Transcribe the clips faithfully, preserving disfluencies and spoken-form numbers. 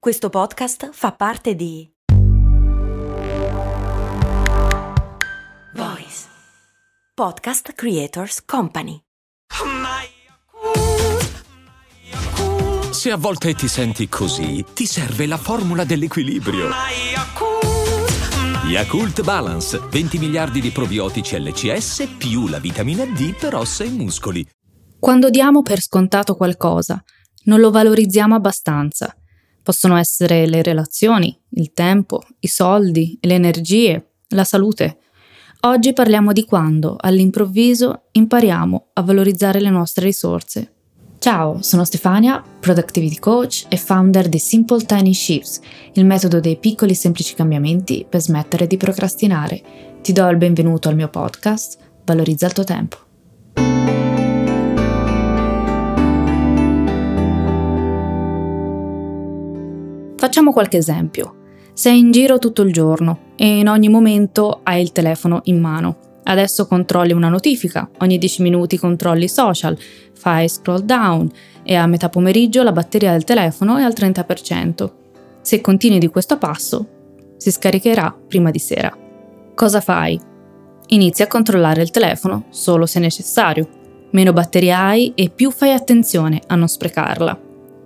Questo podcast fa parte di Voice Podcast Creators Company. Se a volte ti senti così, ti serve la formula dell'equilibrio. Yakult Balance, venti miliardi di probiotici L C S più la vitamina D per ossa e muscoli. Quando diamo per scontato qualcosa, non lo valorizziamo abbastanza. Possono essere le relazioni, il tempo, i soldi, le energie, la salute. Oggi parliamo di quando, all'improvviso, impariamo a valorizzare le nostre risorse. Ciao, sono Stefania, Productivity Coach e founder di Simple Tiny Shifts, il metodo dei piccoli semplici cambiamenti per smettere di procrastinare. Ti do il benvenuto al mio podcast, Valorizza il tuo tempo. Facciamo qualche esempio. Sei in giro tutto il giorno e in ogni momento hai il telefono in mano. Adesso controlli una notifica, ogni dieci minuti controlli i social, fai scroll down e a metà pomeriggio la batteria del telefono è al trenta per cento. Se continui di questo passo, si scaricherà prima di sera. Cosa fai? Inizi a controllare il telefono solo se necessario. Meno batteria hai e più fai attenzione a non sprecarla.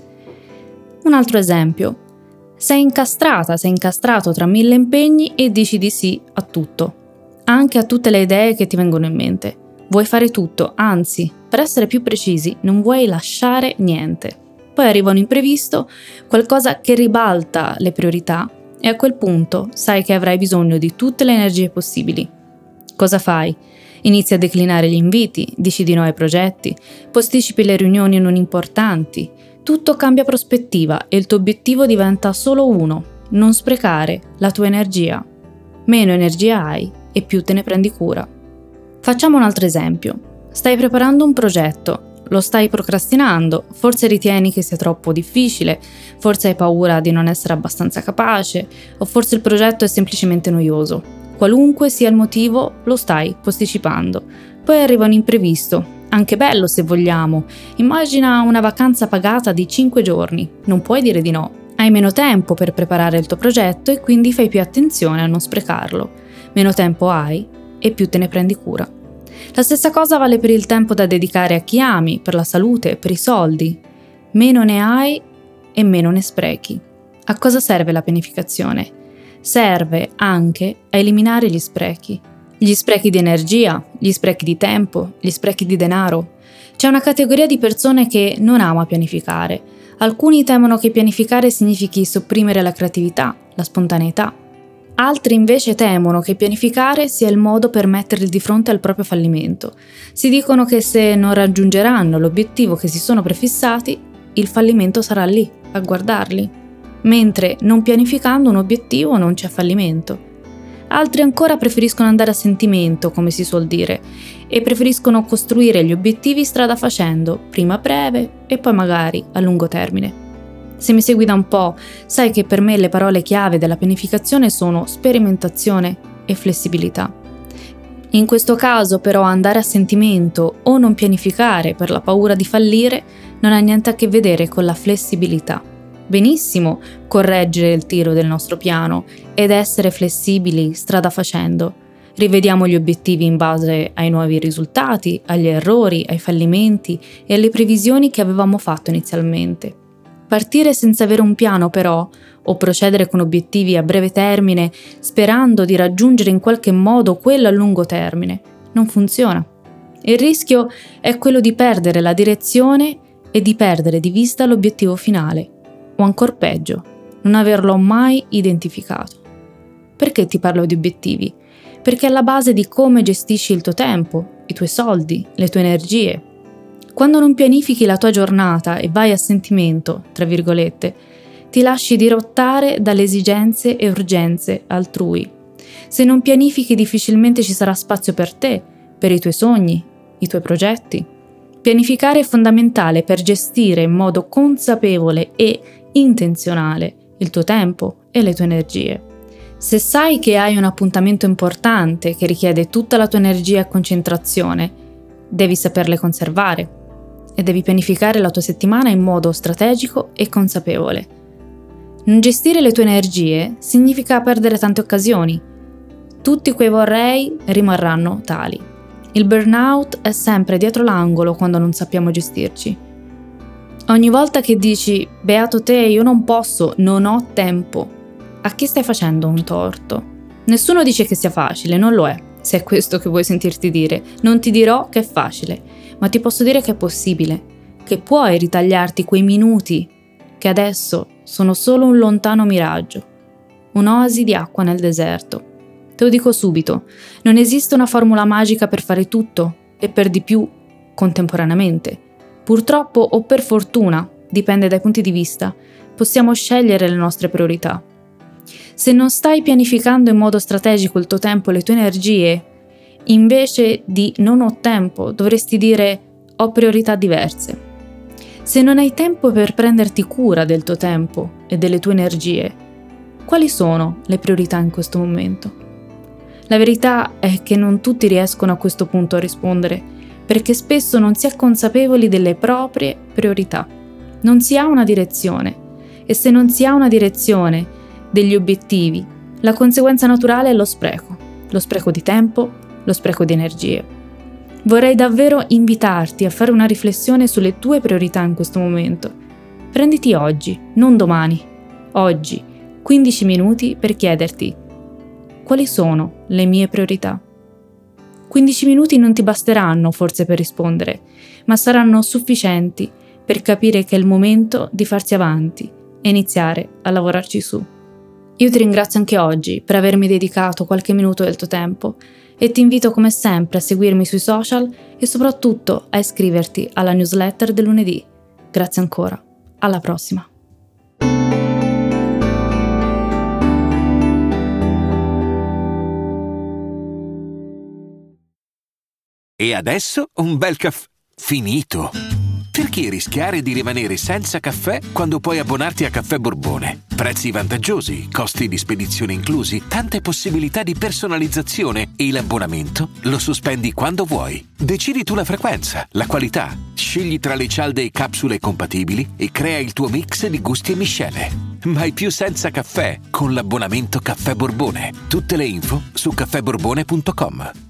Un altro esempio. Sei incastrata, sei incastrato tra mille impegni e dici di sì a tutto. Anche a tutte le idee che ti vengono in mente. Vuoi fare tutto, anzi, per essere più precisi, non vuoi lasciare niente. Poi arriva un imprevisto, qualcosa che ribalta le priorità e a quel punto sai che avrai bisogno di tutte le energie possibili. Cosa fai? Inizi a declinare gli inviti, dici di no ai progetti, posticipi le riunioni non importanti. Tutto cambia prospettiva e il tuo obiettivo diventa solo uno, non sprecare la tua energia. Meno energia hai e più te ne prendi cura. Facciamo un altro esempio. Stai preparando un progetto, lo stai procrastinando, forse ritieni che sia troppo difficile, forse hai paura di non essere abbastanza capace, o forse il progetto è semplicemente noioso. Qualunque sia il motivo, lo stai posticipando. Poi arriva un imprevisto, anche bello se vogliamo. Immagina una vacanza pagata di cinque giorni, non puoi dire di no. Hai meno tempo per preparare il tuo progetto e quindi fai più attenzione a non sprecarlo. Meno tempo hai e più te ne prendi cura. La stessa cosa vale per il tempo da dedicare a chi ami, per la salute, per i soldi. Meno ne hai e meno ne sprechi. A cosa serve la pianificazione? Serve anche a eliminare gli sprechi. Gli sprechi di energia, gli sprechi di tempo, gli sprechi di denaro. C'è una categoria di persone che non ama pianificare. Alcuni temono che pianificare significhi sopprimere la creatività, la spontaneità. Altri invece temono che pianificare sia il modo per metterli di fronte al proprio fallimento. Si dicono che se non raggiungeranno l'obiettivo che si sono prefissati, il fallimento sarà lì, a guardarli. Mentre non pianificando un obiettivo non c'è fallimento. Altri ancora preferiscono andare a sentimento, come si suol dire, e preferiscono costruire gli obiettivi strada facendo, prima a breve e poi magari a lungo termine. Se mi segui da un po', sai che per me le parole chiave della pianificazione sono sperimentazione e flessibilità. In questo caso però andare a sentimento o non pianificare per la paura di fallire non ha niente a che vedere con la flessibilità. Benissimo correggere il tiro del nostro piano ed essere flessibili strada facendo. Rivediamo gli obiettivi in base ai nuovi risultati, agli errori, ai fallimenti e alle previsioni che avevamo fatto inizialmente. Partire senza avere un piano però, o procedere con obiettivi a breve termine sperando di raggiungere in qualche modo quello a lungo termine, non funziona. Il rischio è quello di perdere la direzione e di perdere di vista l'obiettivo finale. O ancor peggio, non averlo mai identificato. Perché ti parlo di obiettivi? Perché è alla base di come gestisci il tuo tempo, i tuoi soldi, le tue energie. Quando non pianifichi la tua giornata e vai a sentimento, tra virgolette, ti lasci dirottare dalle esigenze e urgenze altrui. Se non pianifichi difficilmente ci sarà spazio per te, per i tuoi sogni, i tuoi progetti. Pianificare è fondamentale per gestire in modo consapevole e intenzionale il tuo tempo e le tue energie. Se sai che hai un appuntamento importante che richiede tutta la tua energia e concentrazione, devi saperle conservare e devi pianificare la tua settimana in modo strategico e consapevole. Non gestire le tue energie significa perdere tante occasioni. Tutti quei vorrei rimarranno tali. Il burnout è sempre dietro l'angolo quando non sappiamo gestirci. Ogni volta che dici beato te, io non posso, non ho tempo, a chi stai facendo un torto? Nessuno dice che sia facile, non lo è. Se è questo che vuoi sentirti dire, non ti dirò che è facile, ma ti posso dire che è possibile, che puoi ritagliarti quei minuti che adesso sono solo un lontano miraggio, un'oasi di acqua nel deserto. Te lo dico subito, non esiste una formula magica per fare tutto e per di più contemporaneamente. Purtroppo o per fortuna, dipende dai punti di vista, possiamo scegliere le nostre priorità. Se non stai pianificando in modo strategico il tuo tempo e le tue energie, invece di non ho tempo, dovresti dire ho priorità diverse. Se non hai tempo per prenderti cura del tuo tempo e delle tue energie, quali sono le priorità in questo momento? La verità è che non tutti riescono a questo punto a rispondere, perché spesso non si è consapevoli delle proprie priorità. Non si ha una direzione, e se non si ha una direzione degli obiettivi, la conseguenza naturale è lo spreco, lo spreco di tempo, lo spreco di energie. Vorrei davvero invitarti a fare una riflessione sulle tue priorità in questo momento. Prenditi oggi, non domani, oggi, quindici minuti per chiederti quali sono le mie priorità. quindici minuti non ti basteranno forse per rispondere, ma saranno sufficienti per capire che è il momento di farsi avanti e iniziare a lavorarci su. Io ti ringrazio anche oggi per avermi dedicato qualche minuto del tuo tempo e ti invito come sempre a seguirmi sui social e soprattutto a iscriverti alla newsletter del lunedì. Grazie ancora, alla prossima! E adesso un bel caffè finito. Perché rischiare di rimanere senza caffè quando puoi abbonarti a Caffè Borbone? Prezzi vantaggiosi, costi di spedizione inclusi, tante possibilità di personalizzazione e l'abbonamento lo sospendi quando vuoi. Decidi tu la frequenza, la qualità, scegli tra le cialde e capsule compatibili e crea il tuo mix di gusti e miscele. Mai più senza caffè con l'abbonamento Caffè Borbone. Tutte le info su caffè borbone punto com.